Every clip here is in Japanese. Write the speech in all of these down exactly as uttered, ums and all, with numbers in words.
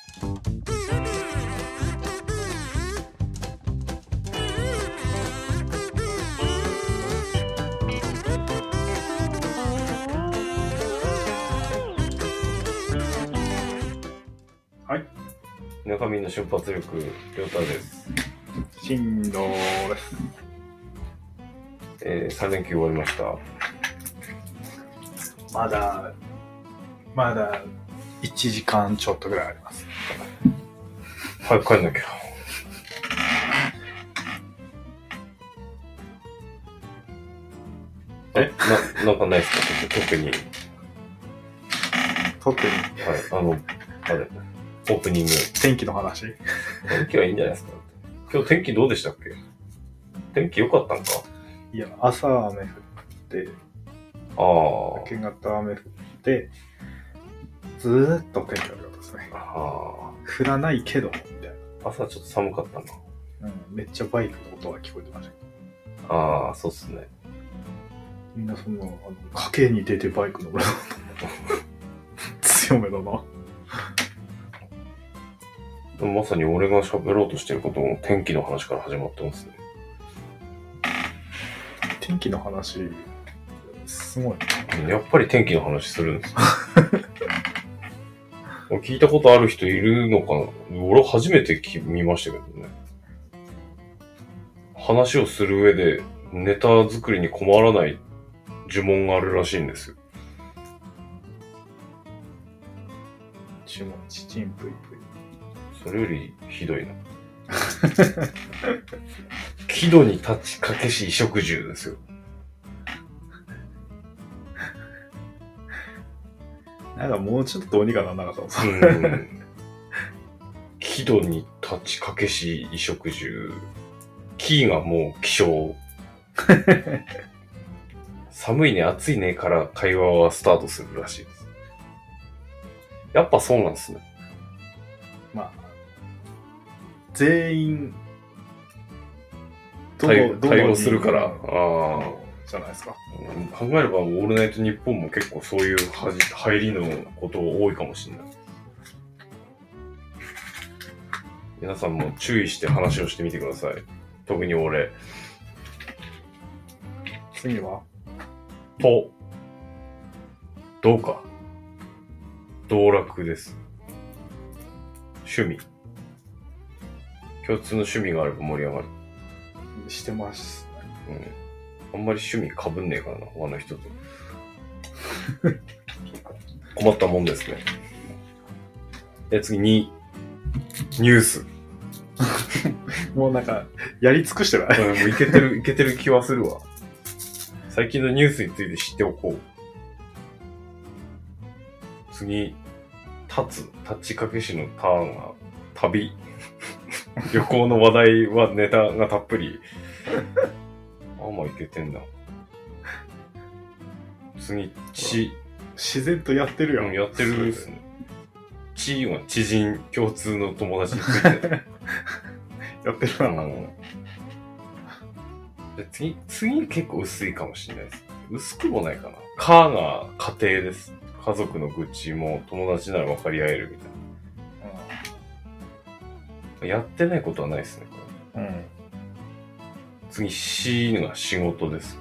はい。 中身の瞬発力、りょうたです。 新藤です。 えー、さん連休終わりました。 まだ、まだいちじかんちょっとぐらいあります。 早く帰んなきゃ。えな、なんかないですか特に。 特に。 はい、あの、あれ、オープニング。 天気の話。 天気はいいんじゃないですか。今日天気どうでしたっけ？天気良かったんか？ いや、朝雨降って、 ああ。 明け方雨降って、ずーっと天気悪かったですね。ああ。降らないけど、みたいな。 朝ちょっと寒かったな。 うん、めっちゃバイクの音が聞こえてました。 ああ、そうっすね。みんなその、あの、家計に出てバイク乗るの強めだな。 でもまさに俺が喋ろうとしてることも天気の話から始まってますね。 天気の話、すごい。 やっぱり天気の話するんですよ。聞いたことある人いるのかな？俺初めて見ましたけどね。話をする上でネタ作りに困らない呪文があるらしいんですよ。 呪文、ちちんぷいぷい。 それよりひどいな。木戸に立ちかけし衣食住ですよ。 なんかもうちょっとどうにかならなかったんですよ。木戸に立ちかけし衣食住。木がもう気象。寒いね、暑いねから会話はスタートするらしいです。やっぱそうなんですね。 まあ、全員対応するから、ああじゃないですか。 考えれば、オールナイトニッポンも結構そういうはじ入りのこと多いかもしれない。皆さんも注意して話をしてみてください。特に俺。 次はと、どうか。道楽です。趣味。共通の趣味があれば盛り上がる。 してますね。うん。あんまり趣味かぶんねえからな、他の人と。困ったもんですね。で、次に、ニュース。 もうなんか、やり尽くしてない。 もういけてる、いけてる気はするわ。最近のニュースについて知っておこう。次、立つ、立ちかけしのターンが、旅。旅行の話題はネタがたっぷり。あんまいけてんな。次、知。 自然とやってるやん。 うん、やってるですね。知は知人、共通の友達について。 やってるな。 うんで次、次結構薄いかもしれないです。薄くもないかな。かが家庭です。家族の愚痴も友達なら分かり合えるみたいな。うん、やってないことはないですね、これ。うん、次、しが仕事です。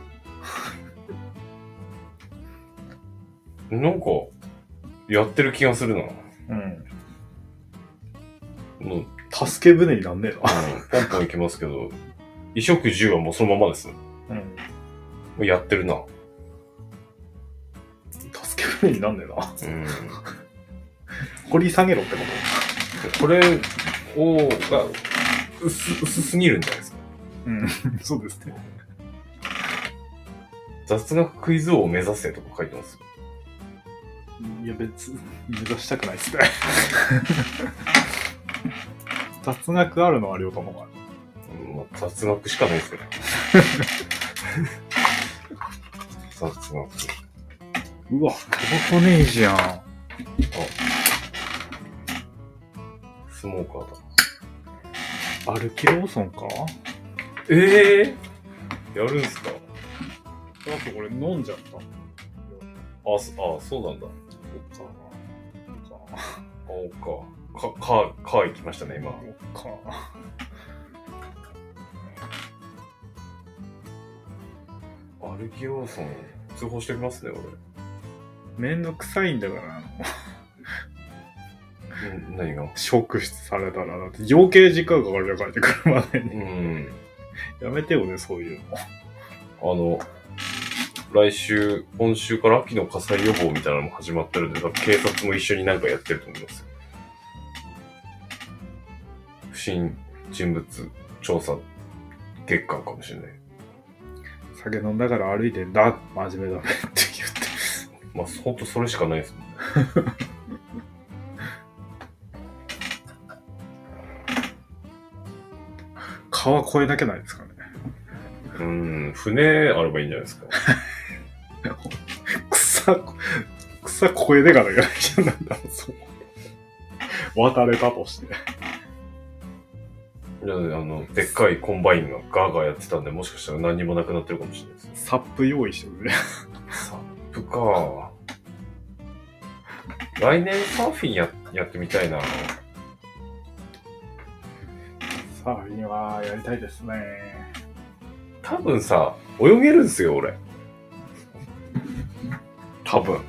なんか、やってる気がするな。うん。もう助け舟になんねえな。 うん、ポンポンいきますけど、衣食住はもうそのままですね。うん。もうやってるな。 助け舟になんねえな。うん。掘り下げろってこと？これを、が、薄、薄すぎるんじゃないですか。 うん。そうですね。 雑学クイズ王を目指せとか書いてます。 いや、別、目指したくないっすね。雑学あるのは両方もある。 うん、まあ、雑学しかないですけど。雑学。 うわ、届かねえじゃん。あ、 スモーカーだ。歩きローソンか？ ええー、やるんすか？ だってこれ飲んじゃった。 あ、あ、そうなんだ。 そっか。 ああ。 そうか。か、か、か行きましたね、今。 か。 アルギオーソン、通報してきますね、 俺。めんどくさいんだから、あの。 うん、何が職質されたら、だって余計時間かかるじゃん、帰ってくるまでに。 うん。 やめてよね、そういうの。あの、来週、今週から秋の火災予防みたいなのも始まってるんで、多分警察も一緒になんかやってると思いますよ。不審人物調査月間かもしれない。 酒飲んだから歩いてんだ、真面目だねって言って。 まあ、ほんとそれしかないですもんね。 川越えなきゃないですかね。 うーん、船あればいいんじゃないですか。 草、草越えてからやらなきゃなんだろう、そう。渡れたとして。 いや、あの、でっかいコンバインがガーガーやってたんで、もしかしたら何にもなくなってるかもしれないですね。 サップ用意してくれ。 サップか。来年サーフィンや、やってみたいな。 サーフィンはやりたいですね。 多分さ、泳げるんですよ、俺。多分。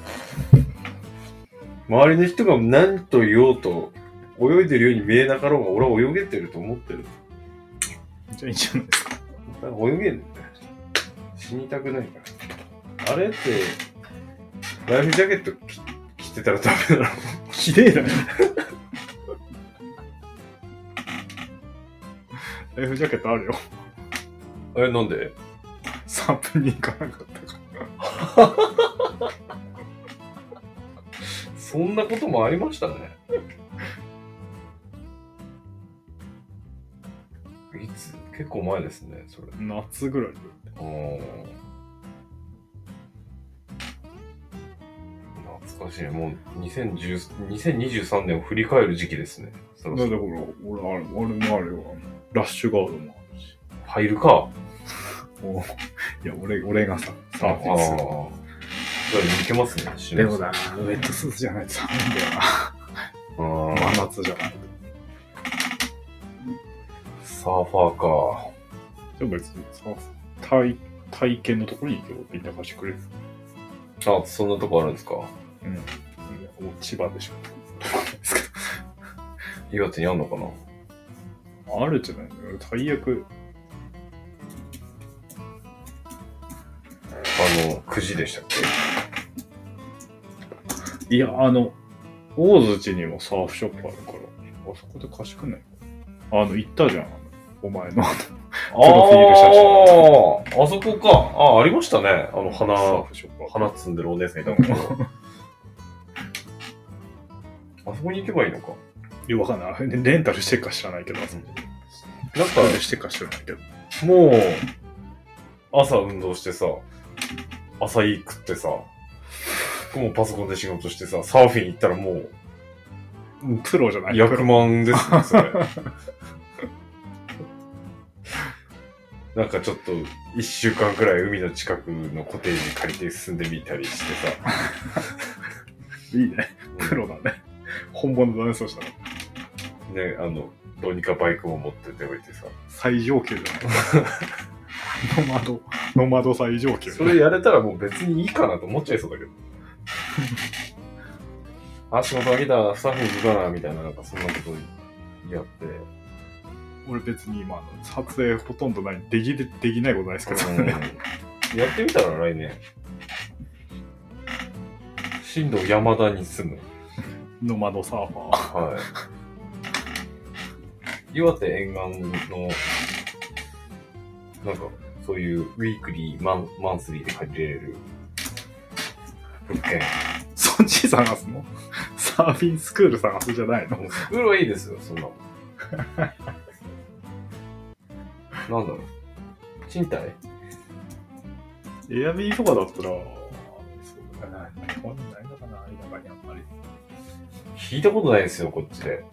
周りの人が何と言おうと、泳いでるように見えなかろうが、俺は泳げてると思ってる。 じゃあいいんじゃないですか。 なんか泳げんだよね。死にたくないから。あれって、ライフジャケット着、着てたらダメなの？ 綺麗だね。ライフジャケットあるよ。 え、なんで？ サーフに行かなかったから。 そんなこともありましたね。いつ？結構前ですね、それ。 夏ぐらい。 あー、懐かしいね。もうにせんじゅう、にせんにじゅうさんねんを振り返る時期ですね。そろそろ。 だから俺ある、俺もあるよ。ラッシュガードもあるし。 ファイルか。 いや、俺、俺がさ、サーフィンする。 ああ。似てますね。 でもな、ウェットスーツじゃないと寒いんだよな。 あ真夏じゃないと。 サーファーか。 でも別にサーフ体、体験のところに行けばみんな貸してくれる。 あ、そんなとこあるんですか？ うん。もう千葉でしょ。 岩手にあんのかな？ あるじゃないの？最悪。 あの、くじでしたっけ？いや、あの、大槌にもサーフショップあるから、あそこで貸してくんないか？あの、行ったじゃん。お前の。プロフィール写真。ああ、あそこか。ああ、ありましたね。あの、花、花摘んでるお姉さんいたんだけど。あそこに行けばいいのか。 いや、わかんない。レンタルしてるか知らないけど、あそこ。 なんか、 してるか知らないけど。 もう、朝運動してさ、朝い食ってさ、もうパソコンで仕事してさ、サーフィン行ったらもう、 プロじゃない？ 役満ですね、それ。なんかちょっと、一週間くらい海の近くのコテージ借りて住んでみたりしてさ。 いいね。プロだね。本物だね、そうしたら。 ね、あの、どうにかバイクも持ってておいてさ。 最上級じゃない。ノマド、ノマド最上級。 それやれたらもう別にいいかなと思っちゃいそうだけど。あ、仕事飽きた、スタッフに行くかな、みたいな、なんかそんなことやって。 俺別に今、撮影ほとんどない、でき、できないことないですけどね。 やってみたら来年。新藤山田に住む。 ノマドサーファー。 はい。岩手沿岸の、なんか、そういうウィークリー、マン、マンスリーで借りれる物件。 そっち探すの？サーフィンスクール探すじゃないの？ スクールはいいですよ、そんなの。なんだろう。賃貸？ エアビーとかだったら、そうだな。日本にないのかな、田舎にあんまり。 聞いたことないですよ、こっちで。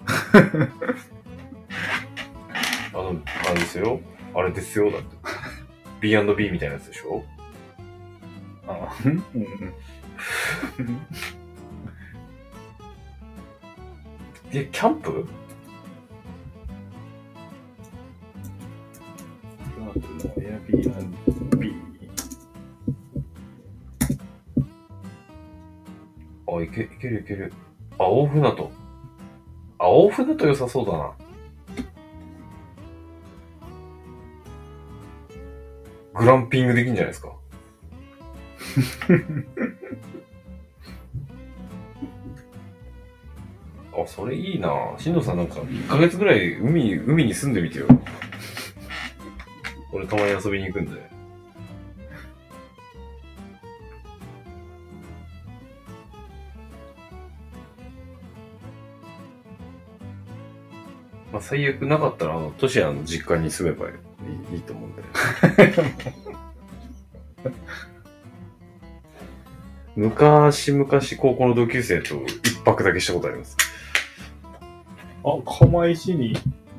あの、あれですよ。あれですよ、だって。ビーアンドビー みたいなやつでしょ？ ああ、うんうん。 え、キャンプ？ あとの Airbnb。 あ、いけ、いけるいける。青船と。青船と良さそうだな。グランピングできんじゃないですか。あ、それいいな。しんどさんなんかいっかげつぐらい海、海に住んでみてよ。俺たまに遊びに行くんで。まあ最悪なかったら、あの、トシヤの実家に住めばいい、いいと思うんで。昔々高校の同級生と一泊だけしたことあります。 あ、釜石に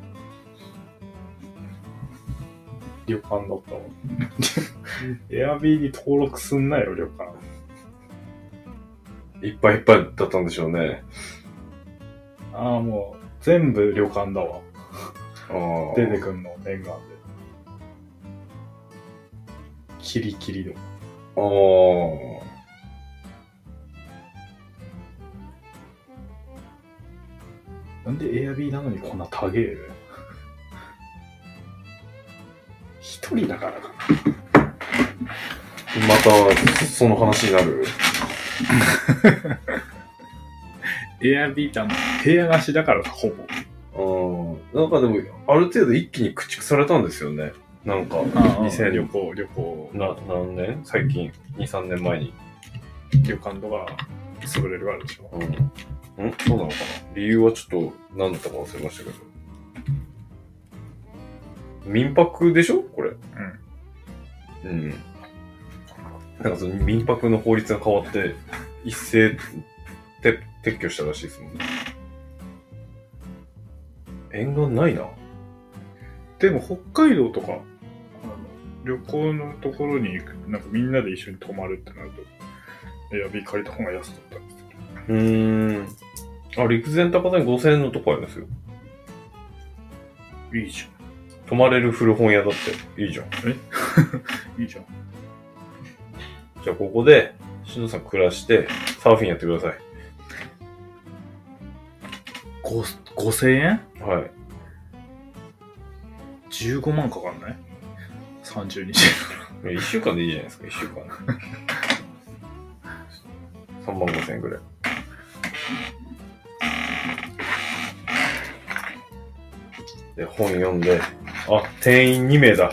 旅館だったわ。エアビーに登録すんなよ、旅館。 いっぱいいっぱいだったんでしょうね。 ああ、もう全部旅館だわ。 あ出てくんの、念願で。キリキリの。 ああ。 なんでエアビーなのにこんな高える？一人だからかな。 また、その話になる。 エアビーってあの、部屋貸しだからさ、ほぼ。 ああ。なんかでも、ある程度一気に駆逐されたんですよね。なんか、にせん旅行、旅行。 な、何年最近、に、さんねんまえに。 旅館とか、潰れるからでしょ。 うん。んそうなのかな。理由はちょっと何だったか忘れましたけど。民泊でしょこれ。うん。うん。なんかその民泊の法律が変わって、一斉て撤去したらしいですもんね。沿岸ないな。 でも北海道とか、あの旅行のところに行く、なんかみんなで一緒に泊まるってなると、エアビー借りた方が安かったんですよ。 うーん。あ、陸前高田にごせんえんのとこあるんですよ。 いいじ泊まれる古本屋だって。いいじゃん。 ゃん。いいじゃん。 じゃあここで、しのさん暮らして、サーフィンやってください。 ご、ごせんえん？ はい。 じゅうごまんかかんない ?さんじゅうにち。 いっしゅうかんでいいじゃないですか、いっしゅうかん。さんまんごせんえんぐらい。で、本読んで、あ、店員にめいだ。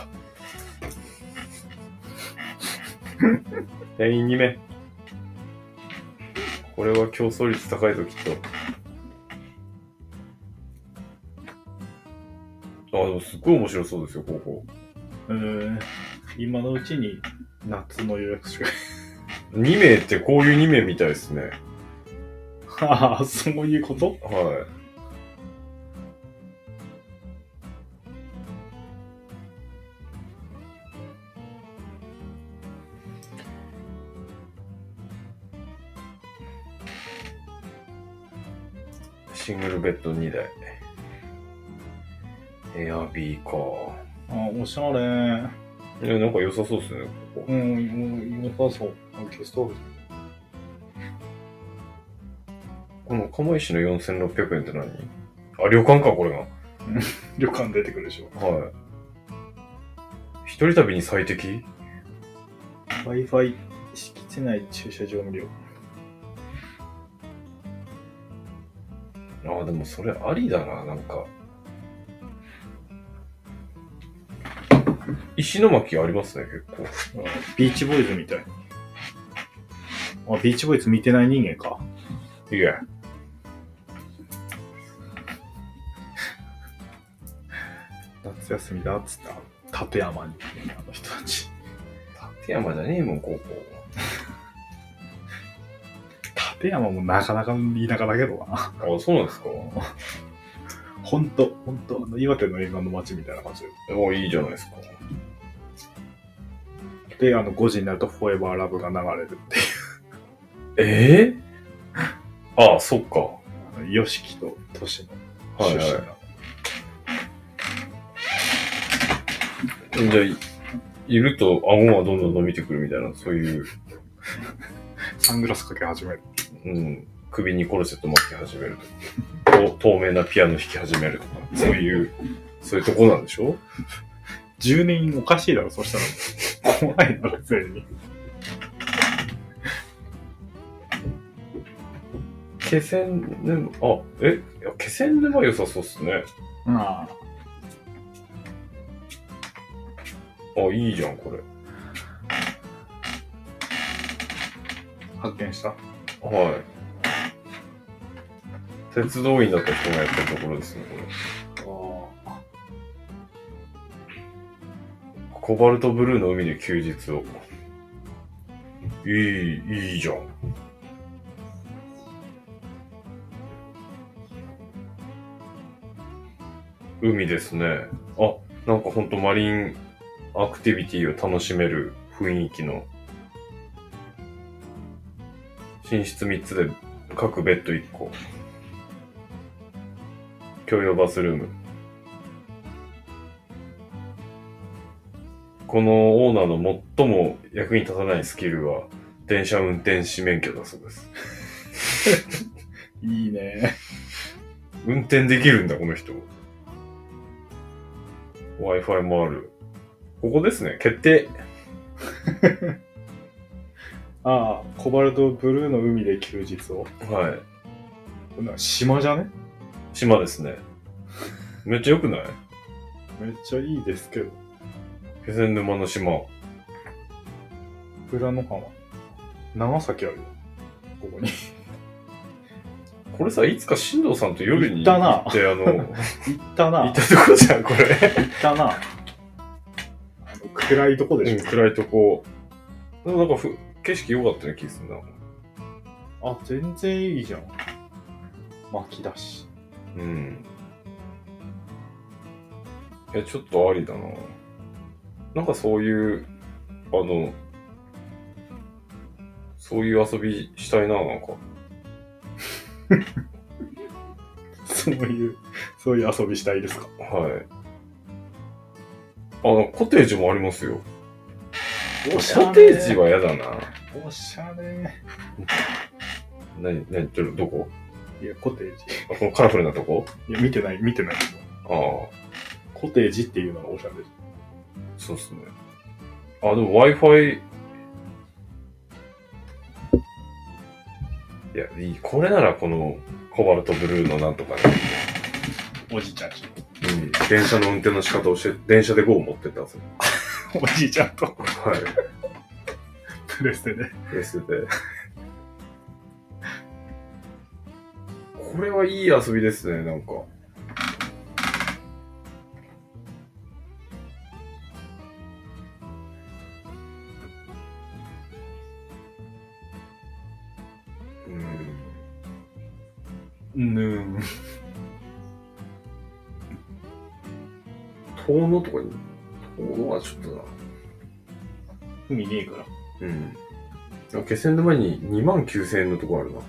店員にめい。これは競争率高いぞ、きっと。あ、でもすっごい面白そうですよ、高校。 えー、今のうちに夏の予約しか。 にめいってこういうにめいみたいですね。 ああ、そういうこと？ はい。シングルベッドにだい。エアビーか。 ああ、おしゃれ。 え、なんか良さそうですね、ここ。 うん、もう良さそう。ゲストハウス。 この釜石のよんせんろっぴゃくえんって何？あ、旅館か、これが。 旅館出てくるでしょ。 はい。一人旅に最適？ Wi-Fi 敷地内駐車場無料。 ああ、でもそれありだな、なんか。石巻ありますね、結構。 ビーチボーイズみたい。あ、ビーチボーイズ見てない人間か。 いや。 夏休みだっつった立山に、あの人たち。 立山じゃねえもん、高校。 立山もなかなか田舎だけどな。 あ、そうなんですか。 ほんと、ほんと、あの岩手の映画の街みたいな感じで。 お、いいじゃないですか。 で、あのごじになるとフォーエバーラブが流れるっていう。 ええー、ああ、そっか。 ヨシキとトシのはい出身なの。 はい。じゃあ、い、いると顎がどんどん伸びてくるみたいな、そういう、 サングラスかけ始める。 うん、首にコルセット巻き始めるとか、と透明なピアノ弾き始めるとか、そういう、そういうとこなんでしょ？ じゅうねんおかしいだろ、そしたら。怖いな、全に。 気仙沼、あ、え、いや気仙沼良さそうっすね。 ああ、いいじゃん、これ。 あ、発見した。 はい。鉄道員だった人がやってるところですね、これ。 ああ。 コバルトブルーの海で休日を。いい、いいじゃん。海ですね。あ、なんかほんとマリンアクティビティを楽しめる雰囲気の。寝室みっつで各ベッドいっこ。共用バスルーム。このオーナーの最も役に立たないスキルは電車運転士免許だそうです。 いいね。 運転できるんだ、この人。Wi-Fi もある。ここですね。決定。 ああ、コバルトブルーの海で休日を。 はい。 こんな島じゃね？ 島ですね。めっちゃ良くない？ めっちゃいいですけど。 気仙沼の島。 富良野浜。長崎あるよ。ここに。 これさ、いつか新藤さんと夜に行ったな行って、あの、 行ったな。 行ったとこじゃん、これ。 行ったな。あの暗いとこでしょ。 うん、暗いとこ。でもなんかふ景色良かったような気がするな。 あ、全然いいじゃん。巻き出し。 うん。いや、ちょっとありだな。なんかそういう、あの、そういう遊びしたいな、なんか。 そういう、そういう遊びしたいですか？ はい。あの、コテージもありますよ。コテージは嫌だな。 おしゃれ。 なに、なに、ど、どこ？ いや、コテージ。 あ、このカラフルなとこ？ いや、見てない、見てないけど。 ああ。 コテージっていうのがおしゃれです。 そうっすね。あ、でも Wi-Fi、いや、いい。これならこのコバルトブルーのなんとかね。 おじいちゃんち。 うん。電車の運転の仕方をして、電車で ゴー を持ってったんですよ。 おじいちゃんと。 はい。 プレステで。 プレステで。これはいい遊びですね、なんか。 うん。ぬーん。 遠野とかに、遠野はちょっとな。 海ねえから。 うん。気仙沼ににまんきゅうせんえんのとこあるな。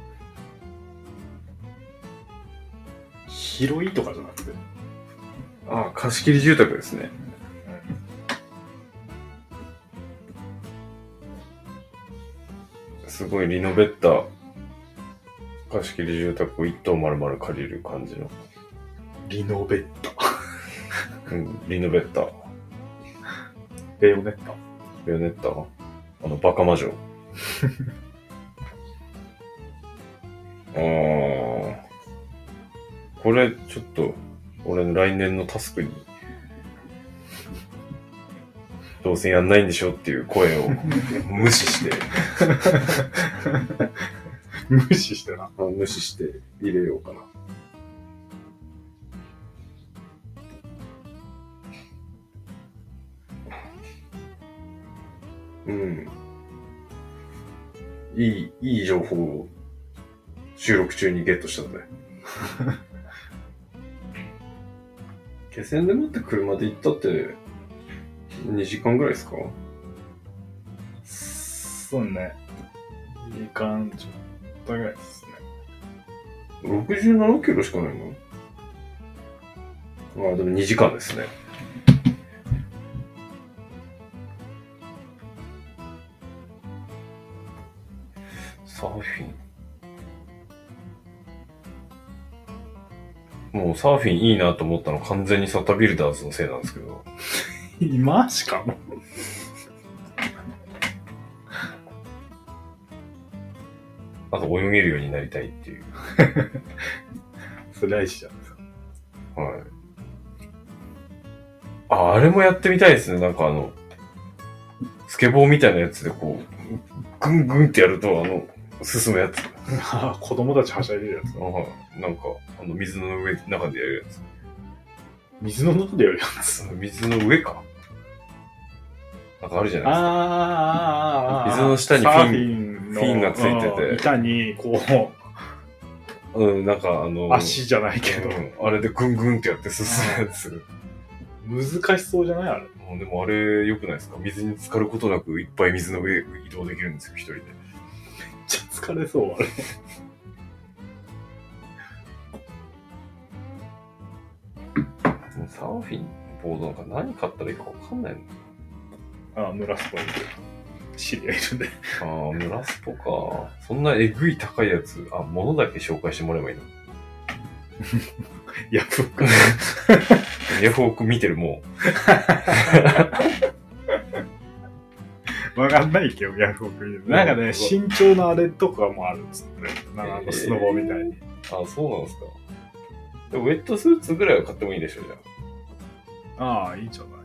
広いとかじゃなくて。 ああ、貸し切り住宅ですね。すごいリノベった貸し切り住宅を一棟丸々借りる感じの。 リノベッタ。 うん、リノベッタ。 ベヨネッタ。 ベヨネッタ。あの、バカ魔女。あー。これ、ちょっと、俺の来年のタスクに、どうせやんないんでしょっていう声を無視して、 無視してな。 無視して入れようかな。うん。いい、いい情報を収録中にゲットしたので。気仙沼って車で行ったってにじかんぐらいですか？ そうね。にじかんちょっとぐらいですね。 ろくじゅうななキロしかないの？ああ、でもにじかんですね。サーフィン。もうサーフィンいいなと思ったの完全にサタビルダーズのせいなんですけど。 今しかも。 あと泳げるようになりたいっていう。 それ大事じゃん。 はい。あ、あれもやってみたいですね。なんかあの、スケボーみたいなやつでこう、グングンってやると、あの、進むやつ。 子供たちはしゃいでるやつ。 あ、はい。なんか、あの、水の上、中でやるやつ。 水の中でやるやつ。 水の上か。なんかあるじゃないですか。 ああ、 水の下にフィン、 サーフィンのフィンがついてて。 板に、こう、うん、なんかあの、 足じゃないけど、 うん、あれでグングンってやって進むやつ。 難しそうじゃないあれ。 でもあれ良くないですか？水に浸かることなくいっぱい水の上移動できるんですよ、一人で。 めっちゃ疲れそう、あれ。 サーフィンボードなんか何買ったらいいか分かんないの。 ああ、村スポに知り合いいるんで。 ああ、村スポか。そんなえぐい高いやつ、あ、物だけ紹介してもらえばいいの。 ヤフオク。 ヤフオク見てる、もう。わかんないけど、ヤフオク見てる。なんかね、身長のあれとかもあるんですって。なんかあのスノボみたいに。 えー、あ、そうなんですか。でもウェットスーツぐらいは買ってもいいでしょ、じゃあ。ああ、いいんじゃない。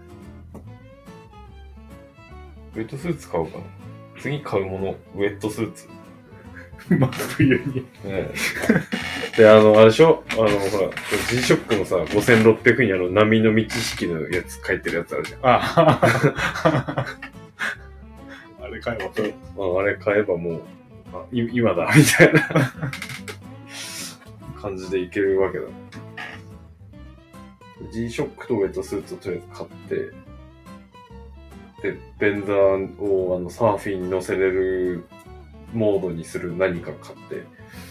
ウェットスーツ買うかな。次買うもの、ウェットスーツ。 真冬に。 ねえ。で、あの、あれでしょあの、ほら、G ショックのさ、ごせんろっぴゃくにあの、波の満ち引きのやつ書いてるやつあるじゃん。 ああ。あれ買えばそう。 ああれ買えばもう、あ、い今だ、みたいな感じでいけるわけだ。G ショックとウェットスーツをとりあえず買って、で、ベンザーをあのサーフィンに乗せれるモードにする何か買って。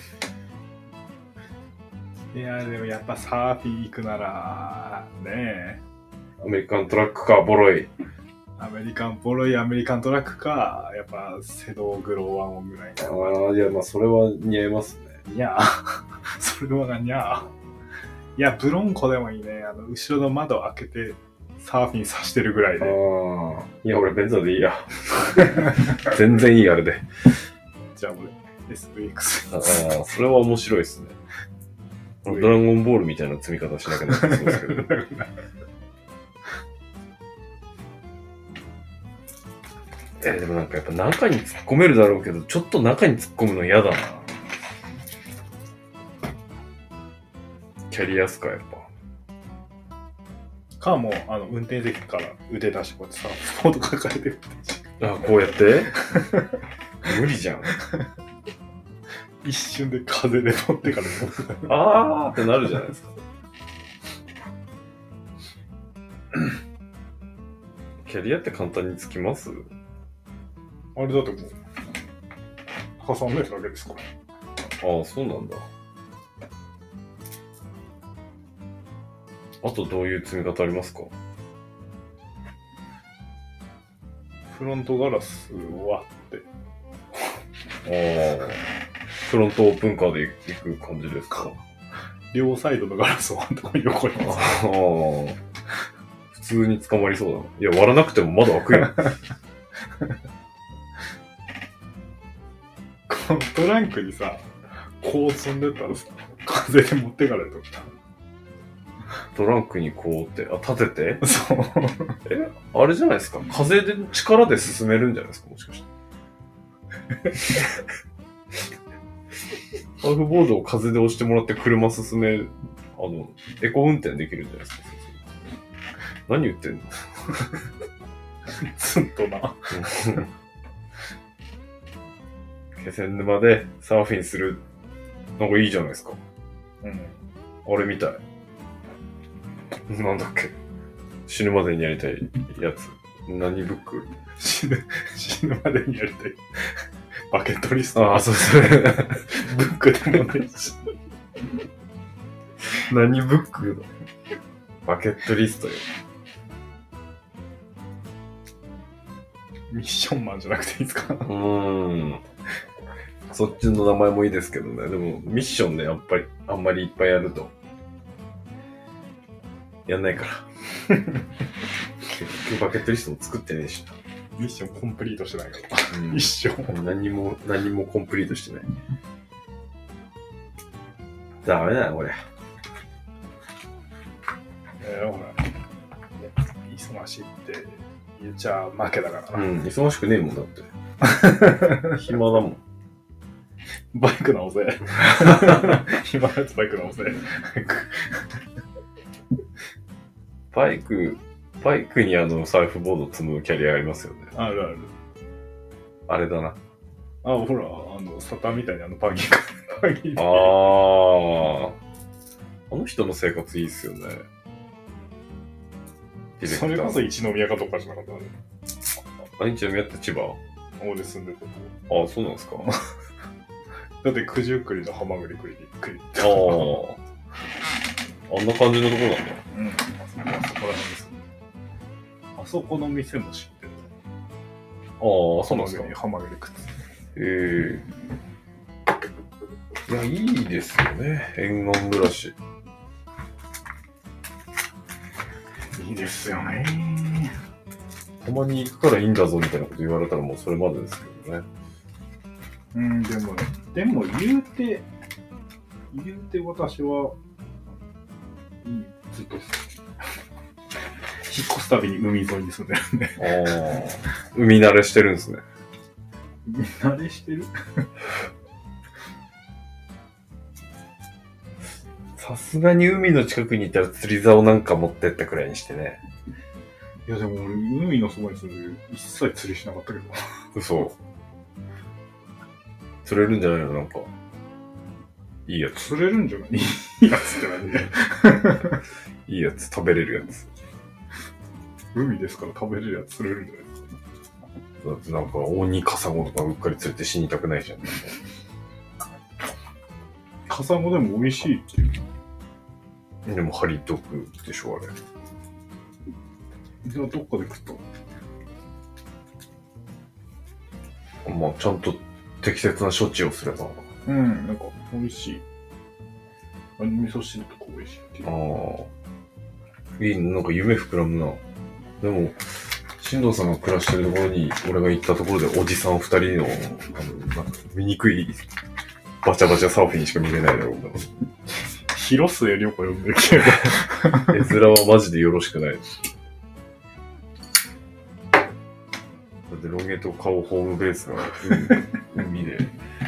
いや、でもやっぱサーフィン行くなら、ねえ。 アメリカントラックか、ボロい。 アメリカン、ボロいアメリカントラックか、やっぱセドグローワンオンぐらいか。 ああ、いや、まあそれは似合いますね。 いや、それはがにゃいや、ブロンコでもいいね。あの、後ろの窓を開けて、サーフィンさしてるぐらいで。 ああ。いや、俺ベンザーでいいや。全然いいあれで。 じゃあ俺、エスブイエックス。 ああ、それは面白いですね。ドラゴンボールみたいな積み方しなきゃなってそうですけど。えー、でもなんかやっぱ中に突っ込めるだろうけど、ちょっと中に突っ込むの嫌だな。キャリアスか、やっぱ。 か、もう、あの、運転席から腕出してこうやってさ、スポート抱えてる。 あ、こうやって無理じゃん。 一瞬で風で乗ってからあーってなるじゃないですか。キャリアって簡単につきます？ あれだってもう、挟んでるだけですから。 ああ、そうなんだ。あとどういう積み方ありますか？ フロントガラスを割って。 ああ。フロントオープンカーで行く感じですか？ 両サイドのガラスを割って横に。 ああ。普通に捕まりそうだな。いや、割らなくても窓開くよ。 このトランクにさ、こう積んでたらさ、風で持ってかれるときた。 トランクにこうって、あ、立てて？ そう。 え、あれじゃないですか？風で力で進めるんじゃないですか？もしかして。サーフボードを風で押してもらって車進める、あの、エコ運転できるんじゃないですか？何言ってんの？ ずっとな。 気仙沼でサーフィンするのがいいじゃないですか。 うん。 あれみたい。なんだっけ。死ぬまでにやりたいやつ。何ブック？ 死ぬ、死ぬまでにやりたい。バケットリスト。 ああ、そうそう。 ブックでもねえし。 何ブックのバケットリストよ。 ミッションマンじゃなくていいですか？ うーん。そっちの名前もいいですけどね。でも、ミッションね、やっぱり、あんまりいっぱいやると、やんないから。結局バケットリストも作ってねえしな。 ミッションコンプリートしてないから。 うん、 一生。 何も、何もコンプリートしてない。ダメだな、これ。 えー、ほら、忙しいって言っちゃ負けだからな。 うん、忙しくねえもんだって。暇だもん。 バイク直せ。暇なやつバイク直せ。 バイク、バイクにあの、サーフボード積むキャリアありますよね。 あるある。 あれだな。 あ、ほら、あの、サタンみたいにあのパギーパギーああ。あの人の生活いいっすよね。 それこそ一宮かとかじゃなかったね。 あ、一宮って千葉？ 俺住んでたとこ。ああ、そうなんですか。 だって九十九里のハマグリ食いに食いに行った。 ああ。あんな感じのところなんだ。 うん。あそこ、あそこら辺ですね。あそこの店も知ってる。 ああ、そうなんですか。 ハマグリ食ってへえ。いや、いいですよね。沿岸暮らし。 いいですよね。 たまに行くからいいんだぞみたいなこと言われたらもうそれまでですけどね。 うん、でもね、でも言うて、言うて私は、うん、ずっと、引っ越すたびに海沿いに住んでるんで。 ああ。海慣れしてるんですね。 海慣れしてるさすがに海の近くにいたら釣り竿なんか持ってったくらいにしてね。 いやでも俺、海のそばに住んでる一切釣りしなかったけど。 嘘。釣れるんじゃないのなんか。いいやつ。 釣れるんじゃないいいやつって何いいやつ、食べれるやつ。 海ですから食べれるやつ釣れるんじゃないですか。 だってなんか、オニカサゴとかうっかり釣れて死にたくないじゃん。 カサゴでも美味しいっていう。 でも、ハリ毒でしょ、あれ。 じゃあどっかで食ったの？ まあ、ちゃんと適切な処置をすれば。 うん、なんか美味しい。あの味噌汁とか美味しいっていう。 ああ。いいね、なんか夢膨らむな。でも、新藤さんが暮らしてるところに、俺が行ったところでおじさん二人の、あの、なんか、醜い、バチャバチャサーフィンしか見れないだろうな。 広末涼子呼んでるけど。 絵面はマジでよろしくない。だってロゲと顔ホームベースが海、海で。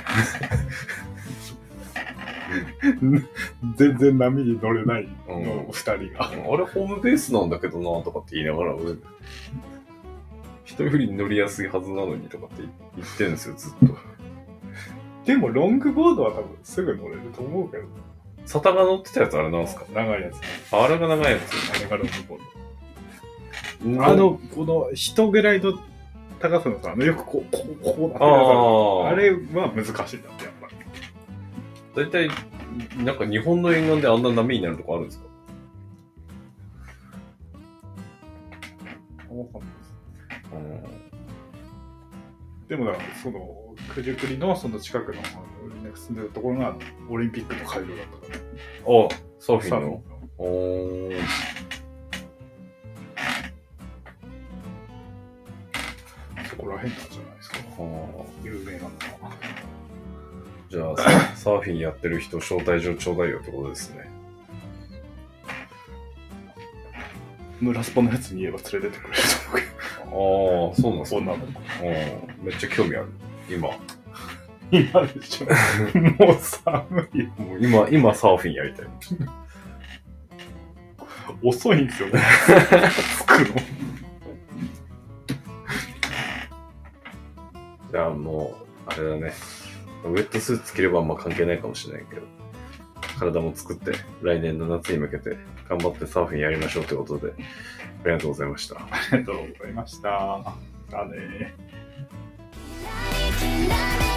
全然波に乗れないの二人が、 うん。あれホームベースなんだけどなとかって言いながら、人より乗りやすいはずなのにとかって言ってるんですよ、ずっと。 でもロングボードは多分すぐ乗れると思うけど。 サタが乗ってたやつあれなんすか？ 長いやつ。 あれが長いやつ。 あれがロングボード。あの、この人ぐらいの高さのさ、あのよくこう、こう、こうなってるやつあ, あれは難しいんだって、やっぱり。だいたい、なんか日本の沿岸であんな波になるとこあるんですか？ わかんないです。でもだから、その、九十九里のその近くの、俺が住んでるところがオリンピックの会場だったから。 ああ、サーフィンの。おー。 そこら辺なんじゃないですか。はあ、有名なのは。 じゃあ、サーフィンやってる人、招待状ちょうだいよってことですね。 村スパのやつに言えば連れてってくれると思うけど。 ああ、そうなんですか。 女の子。 めっちゃ興味ある。今。 今でしょ。もう寒い。 もう今、今サーフィンやりたい。 遅いんですよね。着くの。 じゃあもう、あれだね。ウェットスーツ着ればあんま関係ないかもしれないけど、体も作って、来年の夏に向けて頑張ってサーフィンやりましょうということで、ありがとうございました。 ありがとうございました。だね。